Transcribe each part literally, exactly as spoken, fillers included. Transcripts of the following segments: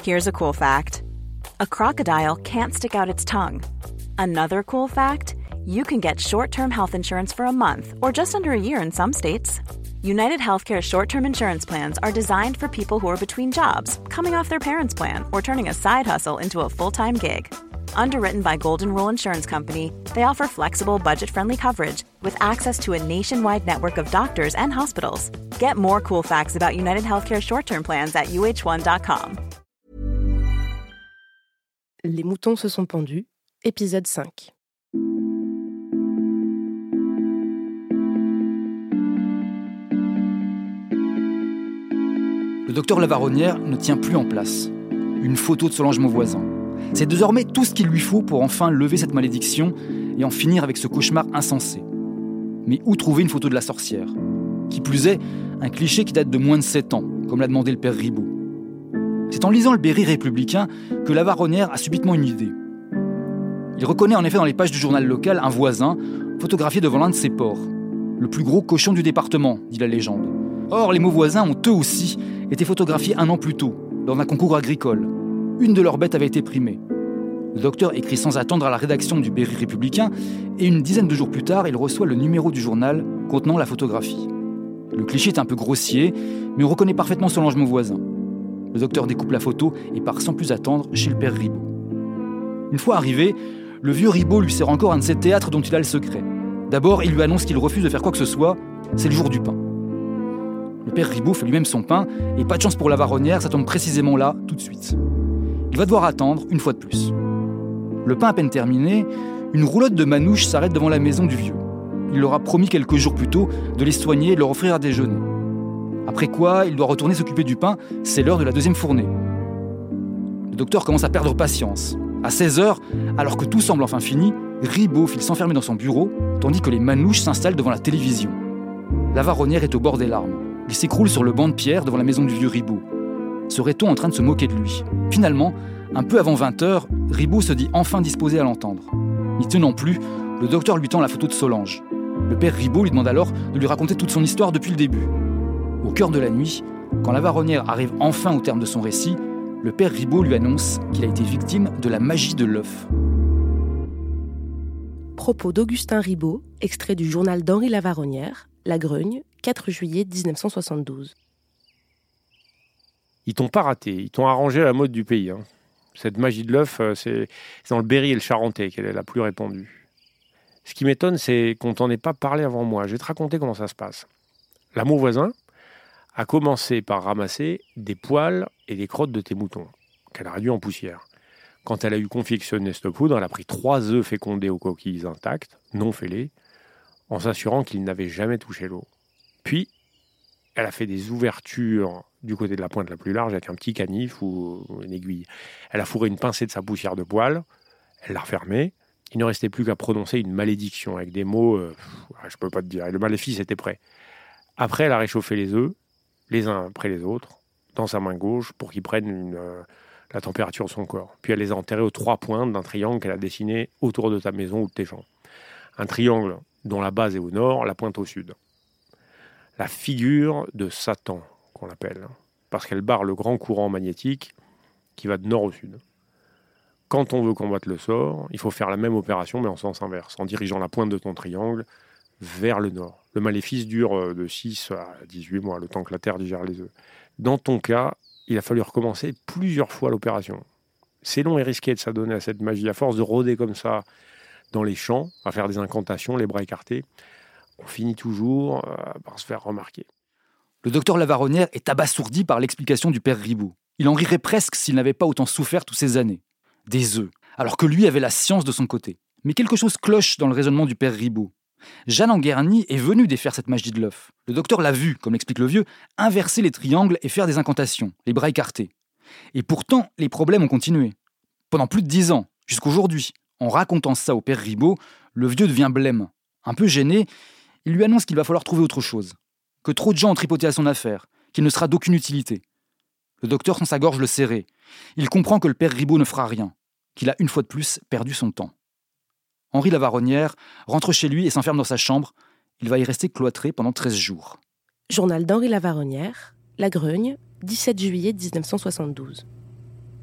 Here's a cool fact. A crocodile can't stick out its tongue. Another cool fact, you can get short-term health insurance for a month or just under a year in some states. United Healthcare short-term insurance plans are designed for people who are between jobs, coming off their parents' plan, or turning a side hustle into a full-time gig. Underwritten by Golden Rule Insurance Company, they offer flexible, budget-friendly coverage with access to a nationwide network of doctors and hospitals. Get more cool facts about United Healthcare short-term plans at U H one dot com. Les moutons se sont pendus, épisode cinq. Le docteur Lavaronnière ne tient plus en place. Une photo de Solange Mauvoisin. C'est désormais tout ce qu'il lui faut pour enfin lever cette malédiction et en finir avec ce cauchemar insensé. Mais où trouver une photo de la sorcière ? Qui plus est, un cliché qui date de moins de sept ans, comme l'a demandé le père Ribaud. C'est en lisant le Berry républicain que Lavaronnière a subitement une idée. Il reconnaît en effet dans les pages du journal local un voisin, photographié devant l'un de ses porcs. Le plus gros cochon du département, dit la légende. Or, les Mauvoisins ont eux aussi été photographiés un an plus tôt, lors d'un concours agricole. Une de leurs bêtes avait été primée. Le docteur écrit sans attendre à la rédaction du Berry républicain et une dizaine de jours plus tard, il reçoit le numéro du journal contenant la photographie. Le cliché est un peu grossier, mais on reconnaît parfaitement Solange Mauvoisin. Le docteur découpe la photo et part sans plus attendre chez le père Ribaud. Une fois arrivé, le vieux Ribaud lui sert encore un de ses théâtres dont il a le secret. D'abord, il lui annonce qu'il refuse de faire quoi que ce soit, c'est le jour du pain. Le père Ribaud fait lui-même son pain, et pas de chance pour Lavaronnière, ça tombe précisément là, tout de suite. Il va devoir attendre, une fois de plus. Le pain à peine terminé, une roulotte de manouches s'arrête devant la maison du vieux. Il leur a promis quelques jours plus tôt de les soigner et de leur offrir à déjeuner. Après quoi, il doit retourner s'occuper du pain, c'est l'heure de la deuxième fournée. Le docteur commence à perdre patience. À seize heures, alors que tout semble enfin fini, Ribaud file s'enfermer dans son bureau, tandis que les manouches s'installent devant la télévision. Lavaronnière est au bord des larmes. Il s'écroule sur le banc de pierre devant la maison du vieux Ribaud. Serait-on en train de se moquer de lui ? Finalement, un peu avant vingt heures, Ribaud se dit enfin disposé à l'entendre. N'y tenant plus, le docteur lui tend la photo de Solange. Le père Ribaud lui demande alors de lui raconter toute son histoire depuis le début. Au cœur de la nuit, quand Lavaronnière arrive enfin au terme de son récit, le père Ribaud lui annonce qu'il a été victime de la magie de l'œuf. Propos d'Augustin Ribaud, extrait du journal d'Henri Lavaronnière, La Greugne, quatre juillet dix-neuf cent soixante-douze. Ils t'ont pas raté, ils t'ont arrangé à la mode du pays. Hein. Cette magie de l'œuf, c'est, c'est dans le Berry et le Charentais qu'elle est la plus répandue. Ce qui m'étonne, c'est qu'on t'en ait pas parlé avant moi. Je vais te raconter comment ça se passe. La Mauvoisin a commencé par ramasser des poils et des crottes de tes moutons, qu'elle a réduit en poussière. Quand elle a eu confectionné cette poudre, elle a pris trois œufs fécondés aux coquilles intactes, non fêlés, en s'assurant qu'ils n'avaient jamais touché l'eau. Puis, elle a fait des ouvertures du côté de la pointe la plus large avec un petit canif ou une aiguille. Elle a fourré une pincée de sa poussière de poils, elle l'a refermée. Il ne restait plus qu'à prononcer une malédiction avec des mots, euh, je ne peux pas te dire, et le maléfice était prêt. Après, elle a réchauffé les œufs, les uns après les autres, dans sa main gauche, pour qu'ils prennent une, euh, la température de son corps. Puis elle les a enterrés aux trois pointes d'un triangle qu'elle a dessiné autour de ta maison ou de tes champs. Un triangle dont la base est au nord, la pointe au sud. La figure de Satan, qu'on l'appelle, parce qu'elle barre le grand courant magnétique qui va de nord au sud. Quand on veut combattre le sort, il faut faire la même opération, mais en sens inverse, en dirigeant la pointe de ton triangle vers le nord. Le maléfice dure de six à dix-huit mois, le temps que la Terre digère les œufs. Dans ton cas, il a fallu recommencer plusieurs fois l'opération. C'est long et risqué de s'adonner à cette magie. À force de rôder comme ça dans les champs, à faire des incantations, les bras écartés, on finit toujours euh, par se faire remarquer. Le docteur Lavaronnière est abasourdi par l'explication du père Ribaud. Il en rirait presque s'il n'avait pas autant souffert toutes ces années. Des œufs, alors que lui avait la science de son côté. Mais quelque chose cloche dans le raisonnement du père Ribaud. Jeanne Anguerny est venue défaire cette magie de l'œuf. Le docteur l'a vu, comme l'explique le vieux, inverser les triangles et faire des incantations, les bras écartés. Et pourtant, les problèmes ont continué. Pendant plus de dix ans, jusqu'aujourd'hui. En racontant ça au père Ribaud, le vieux devient blême. Un peu gêné, il lui annonce qu'il va falloir trouver autre chose. Que trop de gens ont tripoté à son affaire, qu'il ne sera d'aucune utilité. Le docteur sent sa gorge le serrer. Il comprend que le père Ribaud ne fera rien, qu'il a une fois de plus perdu son temps. Henri Lavaronnière rentre chez lui et s'enferme dans sa chambre. Il va y rester cloîtré pendant treize jours. Journal d'Henri Lavaronnière, La Greugne, dix-sept juillet dix-neuf cent soixante-douze.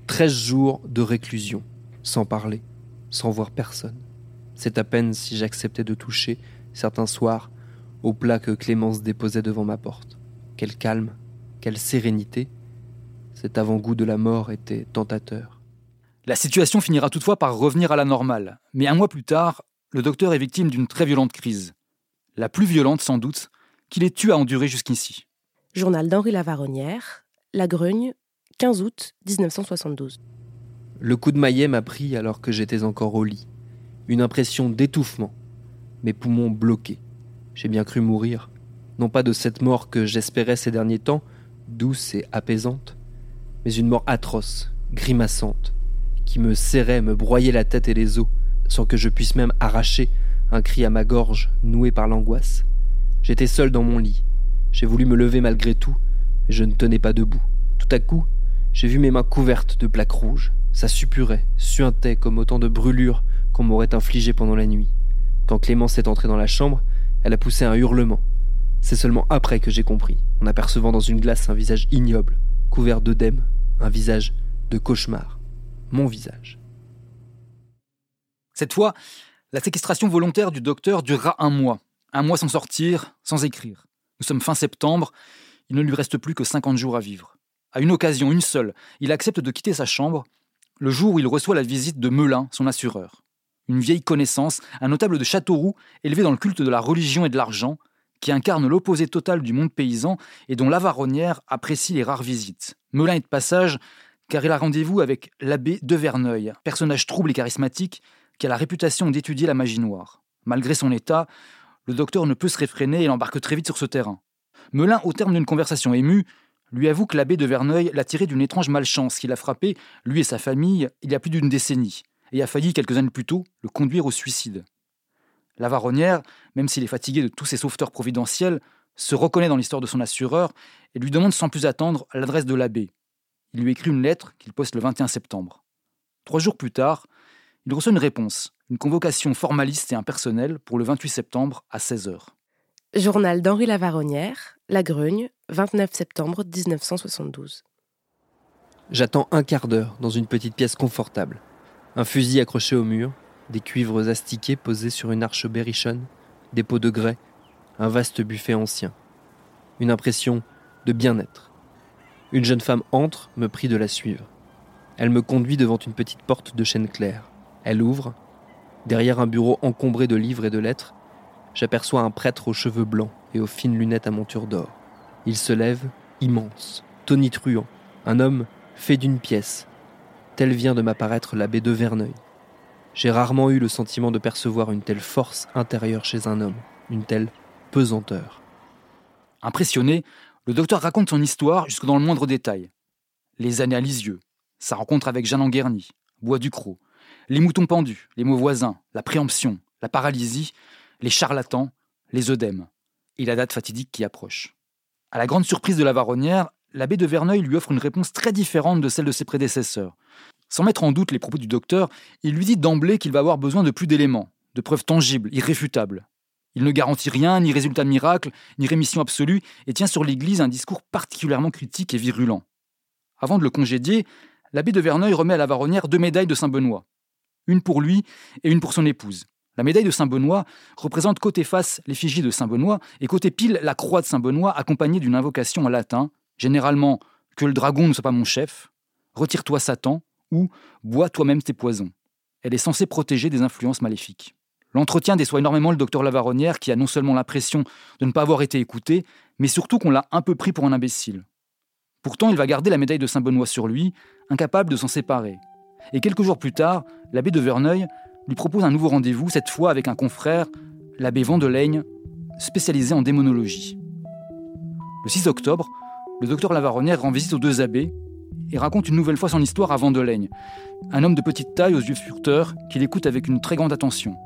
Treize jours de réclusion, sans parler, sans voir personne. C'est à peine si j'acceptais de toucher, certains soirs, au plat que Clémence déposait devant ma porte. Quel calme, quelle sérénité. Cet avant-goût de la mort était tentateur. La situation finira toutefois par revenir à la normale. Mais un mois plus tard, le docteur est victime d'une très violente crise. La plus violente, sans doute, qu'il ait eu à endurer jusqu'ici. Journal d'Henri Lavaronnière, La Grugne, quinze août dix-neuf cent soixante-douze. Le coup de maillet m'a pris alors que j'étais encore au lit. Une impression d'étouffement. Mes poumons bloqués. J'ai bien cru mourir. Non pas de cette mort que j'espérais ces derniers temps, douce et apaisante, mais une mort atroce, grimaçante, qui me serrait, me broyait la tête et les os, sans que je puisse même arracher un cri à ma gorge, noué par l'angoisse. J'étais seul dans mon lit. J'ai voulu me lever malgré tout, mais je ne tenais pas debout. Tout à coup, j'ai vu mes mains couvertes de plaques rouges. Ça suppurait, suintait comme autant de brûlures qu'on m'aurait infligées pendant la nuit. Quand Clémence est entrée dans la chambre, elle a poussé un hurlement. C'est seulement après que j'ai compris, en apercevant dans une glace un visage ignoble, couvert d'œdème, un visage de cauchemar. Mon visage. Cette fois, la séquestration volontaire du docteur durera un mois. Un mois sans sortir, sans écrire. Nous sommes fin septembre, il ne lui reste plus que cinquante jours à vivre. À une occasion, une seule, il accepte de quitter sa chambre, le jour où il reçoit la visite de Melin, son assureur. Une vieille connaissance, un notable de Châteauroux, élevé dans le culte de la religion et de l'argent, qui incarne l'opposé total du monde paysan et dont Lavaronnière apprécie les rares visites. Melin est de passage, car il a rendez-vous avec l'abbé de Verneuil, personnage trouble et charismatique, qui a la réputation d'étudier la magie noire. Malgré son état, le docteur ne peut se réfréner et l'embarque très vite sur ce terrain. Melin, au terme d'une conversation émue, lui avoue que l'abbé de Verneuil l'a tiré d'une étrange malchance qui l'a frappé, lui et sa famille, il y a plus d'une décennie, et a failli, quelques années plus tôt, le conduire au suicide. Lavaronnière, même s'il est fatigué de tous ces sauveteurs providentiels, se reconnaît dans l'histoire de son assureur et lui demande sans plus attendre l'adresse de l'abbé. Il lui écrit une lettre qu'il poste le vingt et un septembre. Trois jours plus tard, il reçoit une réponse, une convocation formaliste et impersonnelle pour le vingt-huit septembre à seize heures. Journal d'Henri Lavaronnière, La Grugne, vingt-neuf septembre dix-neuf cent soixante-douze. J'attends un quart d'heure dans une petite pièce confortable. Un fusil accroché au mur, des cuivres astiqués posés sur une arche berrichonne, des pots de grès, un vaste buffet ancien. Une impression de bien-être. Une jeune femme entre, me prie de la suivre. Elle me conduit devant une petite porte de chêne clair. Elle ouvre. Derrière un bureau encombré de livres et de lettres, j'aperçois un prêtre aux cheveux blancs et aux fines lunettes à monture d'or. Il se lève, immense, tonitruant, un homme fait d'une pièce. Tel vient de m'apparaître l'abbé de Verneuil. J'ai rarement eu le sentiment de percevoir une telle force intérieure chez un homme, une telle pesanteur. Impressionné, le docteur raconte son histoire jusque dans le moindre détail. Les années à Lisieux, sa rencontre avec Jeanne Anguerny, Bois Ducrot, les moutons pendus, les mots voisins, la préemption, la paralysie, les charlatans, les œdèmes, et la date fatidique qui approche. À la grande surprise de Lavaronnière, l'abbé de Verneuil lui offre une réponse très différente de celle de ses prédécesseurs. Sans mettre en doute les propos du docteur, il lui dit d'emblée qu'il va avoir besoin de plus d'éléments, de preuves tangibles, irréfutables. Il ne garantit rien, ni résultat miracle, ni rémission absolue, et tient sur l'Église un discours particulièrement critique et virulent. Avant de le congédier, l'abbé de Verneuil remet à Lavaronnière deux médailles de Saint-Benoît. Une pour lui et une pour son épouse. La médaille de Saint-Benoît représente côté face l'effigie de Saint-Benoît et côté pile la croix de Saint-Benoît accompagnée d'une invocation en latin, généralement « que le dragon ne soit pas mon chef »,« retire-toi Satan » ou « bois toi-même tes poisons ». Elle est censée protéger des influences maléfiques. L'entretien déçoit énormément le docteur Lavaronnière qui a non seulement l'impression de ne pas avoir été écouté, mais surtout qu'on l'a un peu pris pour un imbécile. Pourtant, il va garder la médaille de Saint-Benoît sur lui, incapable de s'en séparer. Et quelques jours plus tard, l'abbé de Verneuil lui propose un nouveau rendez-vous, cette fois avec un confrère, l'abbé Vandelaigne, spécialisé en démonologie. Le six octobre, le docteur Lavaronnière rend visite aux deux abbés et raconte une nouvelle fois son histoire à Vandelaigne, un homme de petite taille aux yeux fureteurs qui l'écoute avec une très grande attention.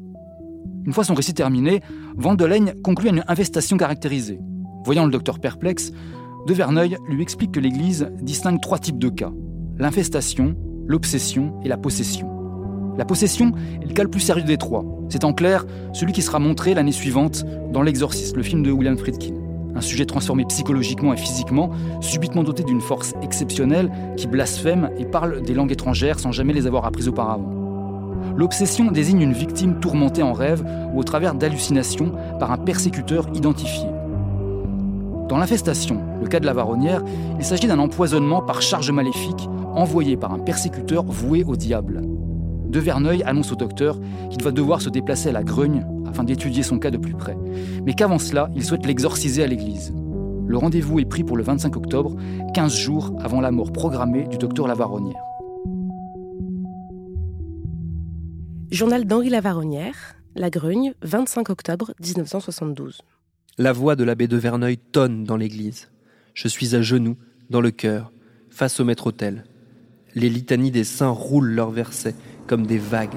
Une fois son récit terminé, Vandelaigne conclut à une infestation caractérisée. Voyant le docteur perplexe, de Verneuil lui explique que l'Église distingue trois types de cas, l'infestation, l'obsession et la possession. La possession est le cas le plus sérieux des trois. C'est en clair celui qui sera montré l'année suivante dans L'Exorciste, le film de William Friedkin. Un un sujet transformé psychologiquement et physiquement, subitement doté d'une force exceptionnelle, qui blasphème et parle des langues étrangères sans jamais les avoir apprises auparavant. L'obsession désigne une victime tourmentée en rêve ou au travers d'hallucinations par un persécuteur identifié. Dans l'infestation, le cas de la Varonnière, il s'agit d'un empoisonnement par charge maléfique envoyé par un persécuteur voué au diable. De Verneuil annonce au docteur qu'il va devoir se déplacer à la Grugne afin d'étudier son cas de plus près, mais qu'avant cela, il souhaite l'exorciser à l'église. Le rendez-vous est pris pour le vingt-cinq octobre, quinze jours avant la mort programmée du docteur Lavaronnière. Journal d'Henri Lavaronnière, La Grugne, vingt-cinq octobre dix-neuf cent soixante-douze. La voix de l'abbé de Verneuil tonne dans l'église. Je suis à genoux, dans le chœur, face au maître-autel. Les litanies des saints roulent leurs versets comme des vagues.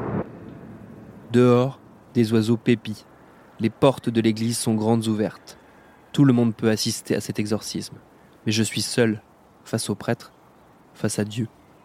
Dehors, des oiseaux pépient. Les portes de l'église sont grandes ouvertes. Tout le monde peut assister à cet exorcisme. Mais je suis seul, face au prêtre, face à Dieu.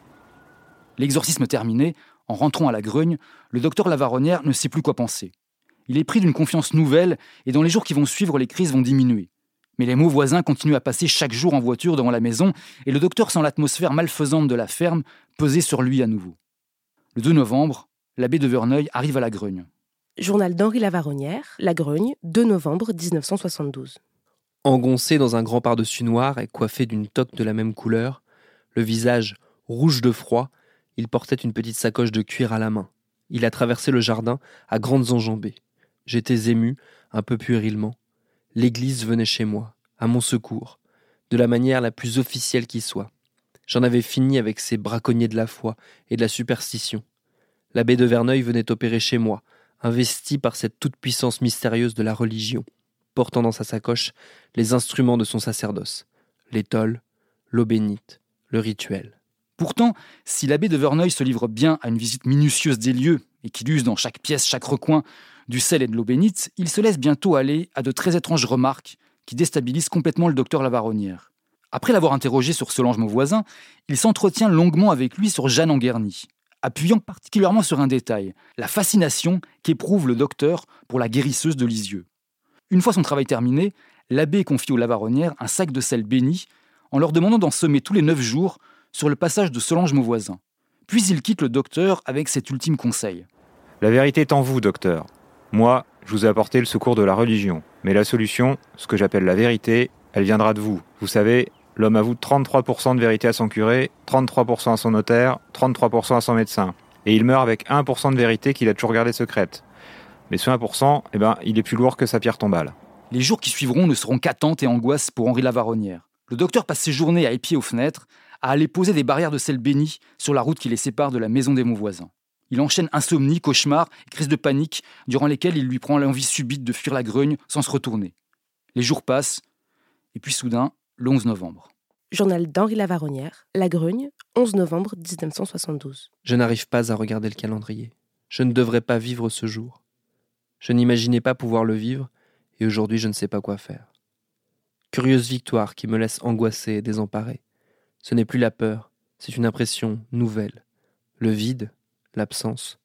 L'exorcisme terminé, en rentrant à la Grugne, le docteur Lavaronnière ne sait plus quoi penser. Il est pris d'une confiance nouvelle et dans les jours qui vont suivre, les crises vont diminuer. Mais les mots voisins continuent à passer chaque jour en voiture devant la maison et le docteur sent l'atmosphère malfaisante de la ferme peser sur lui à nouveau. Le deux novembre, l'abbé de Verneuil arrive à la Grugne. Journal d'Henri Lavaronnière, La Grugne, deux novembre dix-neuf cent soixante-douze. Engoncé dans un grand pardessus noir et coiffé d'une toque de la même couleur, le visage rouge de froid, il portait une petite sacoche de cuir à la main. Il a traversé le jardin à grandes enjambées. J'étais ému, un peu puérilement. L'église venait chez moi, à mon secours, de la manière la plus officielle qui soit. J'en avais fini avec ces braconniers de la foi et de la superstition. L'abbé de Verneuil venait opérer chez moi, investi par cette toute-puissance mystérieuse de la religion, portant dans sa sacoche les instruments de son sacerdoce, l'étole, l'eau bénite, le rituel. Pourtant, si l'abbé de Verneuil se livre bien à une visite minutieuse des lieux et qu'il use dans chaque pièce, chaque recoin, du sel et de l'eau bénite, il se laisse bientôt aller à de très étranges remarques qui déstabilisent complètement le docteur Lavaronnière. Après l'avoir interrogé sur Solange Mauvoisin, il s'entretient longuement avec lui sur Jeanne Anguerny, appuyant particulièrement sur un détail, la fascination qu'éprouve le docteur pour la guérisseuse de Lisieux. Une fois son travail terminé, l'abbé confie aux Lavaronnières un sac de sel béni en leur demandant d'en semer tous les neuf jours sur le passage de Solange Mauvoisin. Puis il quitte le docteur avec cet ultime conseil. La vérité est en vous, docteur. Moi, je vous ai apporté le secours de la religion. Mais la solution, ce que j'appelle la vérité, elle viendra de vous. Vous savez, l'homme avoue trente-trois pour cent de vérité à son curé, trente-trois pour cent à son notaire, trente-trois pour cent à son médecin. Et il meurt avec un pour cent de vérité qu'il a toujours gardée secrète. Mais ce un pour cent, eh ben, il est plus lourd que sa pierre tombale. Les jours qui suivront ne seront qu'attente et angoisse pour Henri Lavaronnière. Le docteur passe ses journées à épier aux fenêtres, à aller poser des barrières de sel béni sur la route qui les sépare de la maison des Mauvoisin. Il enchaîne insomnie, cauchemars et crises de panique durant lesquelles il lui prend l'envie subite de fuir la Grugne sans se retourner. Les jours passent, et puis soudain, le onze novembre. Journal d'Henri Lavaronnière, La Grugne, onze novembre dix-neuf cent soixante-douze. Je n'arrive pas à regarder le calendrier. Je ne devrais pas vivre ce jour. Je n'imaginais pas pouvoir le vivre, et aujourd'hui je ne sais pas quoi faire. Curieuse victoire qui me laisse angoissé et désemparé. Ce n'est plus la peur, c'est une impression nouvelle. Le vide, l'absence.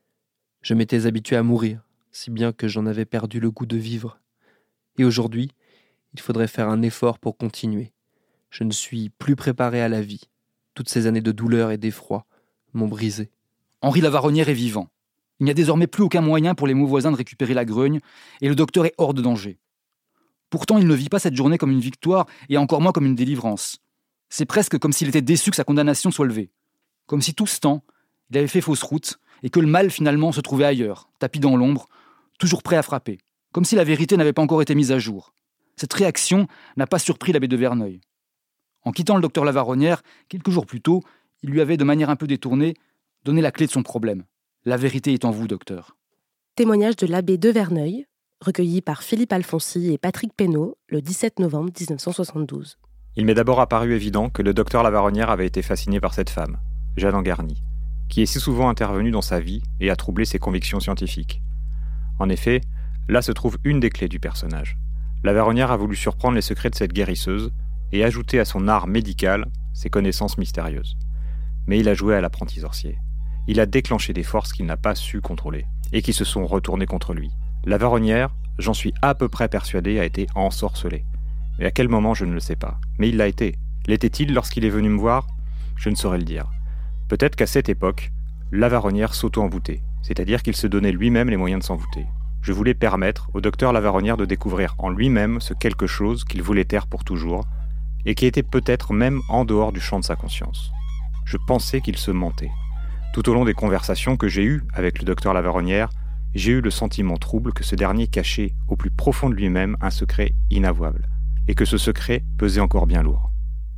Je m'étais habitué à mourir, si bien que j'en avais perdu le goût de vivre. Et aujourd'hui, il faudrait faire un effort pour continuer. Je ne suis plus préparé à la vie. Toutes ces années de douleur et d'effroi m'ont brisé. Henri Lavaronnière est vivant. Il n'y a désormais plus aucun moyen pour les Mauvoisin de récupérer la Grugne, et le docteur est hors de danger. Pourtant, il ne vit pas cette journée comme une victoire, et encore moins comme une délivrance. C'est presque comme s'il était déçu que sa condamnation soit levée. Comme si tout ce temps, il avait fait fausse route, et que le mal finalement se trouvait ailleurs, tapis dans l'ombre, toujours prêt à frapper. Comme si la vérité n'avait pas encore été mise à jour. Cette réaction n'a pas surpris l'abbé de Verneuil. En quittant le docteur Lavaronnière, quelques jours plus tôt, il lui avait, de manière un peu détournée, donné la clé de son problème. La vérité est en vous, docteur. Témoignage de l'abbé de Verneuil, recueilli par Philippe Alfonsi et Patrick Pénaud le dix-sept novembre dix-neuf cent soixante-douze. Il m'est d'abord apparu évident que le docteur Lavaronnière avait été fasciné par cette femme, Jeanne Anguerny, qui est si souvent intervenue dans sa vie et a troublé ses convictions scientifiques. En effet, là se trouve une des clés du personnage. Lavaronnière a voulu surprendre les secrets de cette guérisseuse et ajouter à son art médical ses connaissances mystérieuses. Mais il a joué à l'apprenti sorcier. Il a déclenché des forces qu'il n'a pas su contrôler et qui se sont retournées contre lui. Lavaronnière j'en suis à peu près persuadé, a été ensorcelé. Mais à quel moment, je ne le sais pas. Mais il l'a été. L'était-il lorsqu'il est venu me voir ? Je ne saurais le dire. Peut-être qu'à cette époque, Lavaronnière s'auto-envoûtait, c'est-à-dire qu'il se donnait lui-même les moyens de s'envoûter. Je voulais permettre au docteur Lavaronnière de découvrir en lui-même ce quelque chose qu'il voulait taire pour toujours, et qui était peut-être même en dehors du champ de sa conscience. Je pensais qu'il se mentait. Tout au long des conversations que j'ai eues avec le docteur Lavaronnière, j'ai eu le sentiment trouble que ce dernier cachait au plus profond de lui-même un secret inavouable, et que ce secret pesait encore bien lourd.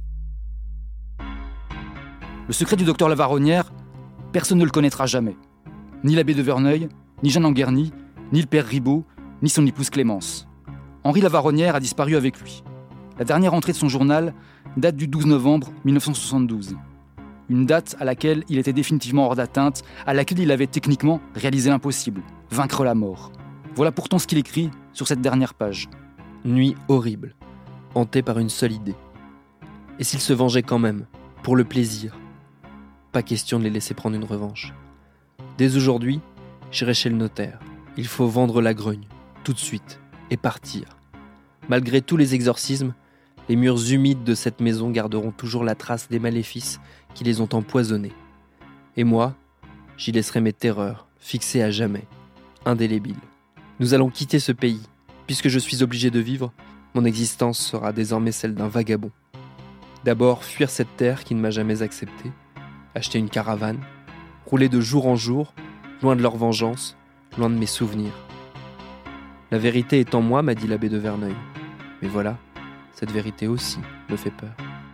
Le secret du docteur Lavaronnière, personne ne le connaîtra jamais. Ni l'abbé de Verneuil, ni Jeanne Anguerny, ni le père Ribaud, ni son épouse Clémence. Henri Lavaronnière a disparu avec lui. La dernière entrée de son journal date du douze novembre mille neuf cent soixante-douze. Une date à laquelle il était définitivement hors d'atteinte, à laquelle il avait techniquement réalisé l'impossible, vaincre la mort. Voilà pourtant ce qu'il écrit sur cette dernière page. Nuit horrible, hanté par une seule idée. Et s'il se vengeait quand même, pour le plaisir ? Pas question de les laisser prendre une revanche. Dès aujourd'hui, j'irai chez le notaire. Il faut vendre la Grogne, tout de suite, et partir. Malgré tous les exorcismes, les murs humides de cette maison garderont toujours la trace des maléfices qui les ont empoisonnés. Et moi, j'y laisserai mes terreurs, fixées à jamais, indélébiles. Nous allons quitter ce pays. Puisque je suis obligé de vivre, mon existence sera désormais celle d'un vagabond. D'abord, fuir cette terre qui ne m'a jamais accepté, acheter une caravane, rouler de jour en jour, loin de leur vengeance, loin de mes souvenirs. La vérité est en moi, m'a dit l'abbé de Verneuil. Mais voilà, cette vérité aussi me fait peur.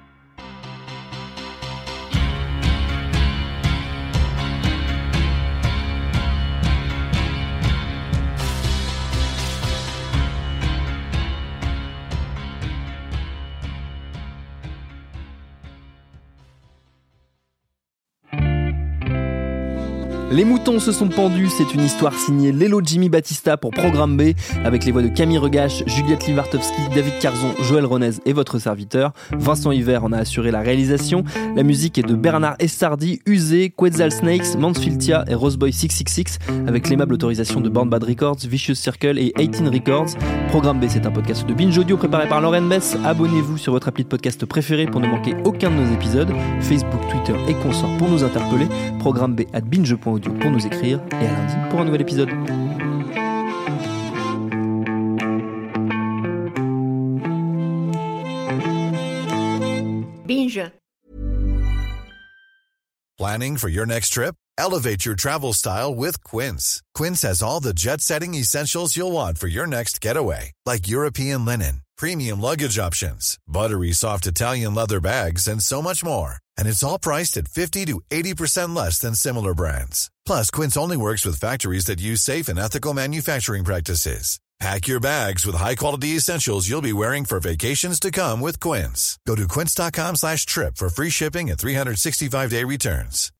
Les moutons se sont pendus, c'est une histoire signée Lelo Jimmy Battista pour Programme B, avec les voix de Camille Regache, Juliette Livartowski, David Carzon, Joël Ronez et votre serviteur. Vincent Hiver en a assuré la réalisation. La musique est de Bernard Estardi, Usé, Quetzal Snakes, Mansfieldia et Roseboy six cent soixante-six, avec l'aimable autorisation de Born Bad Records, Vicious Circle et eighteen Records. Programme B, c'est un podcast de Binge Audio préparé par Lauren Bess. Abonnez-vous sur votre appli de podcast préféré pour ne manquer aucun de nos épisodes. Facebook, Twitter et consorts pour nous interpeller. Programme B at binge point audio pour nous écrire, et à lundi pour un nouvel épisode. Binge. Planning for your next trip? Elevate your travel style with Quince. Quince has all the jet-setting essentials you'll want for your next getaway, like European linen, premium luggage options, buttery soft Italian leather bags, and so much more. And it's all priced at fifty to eighty percent less than similar brands. Plus, Quince only works with factories that use safe and ethical manufacturing practices. Pack your bags with high-quality essentials you'll be wearing for vacations to come with Quince. Go to quince dot com slash trip for free shipping and three sixty-five day returns.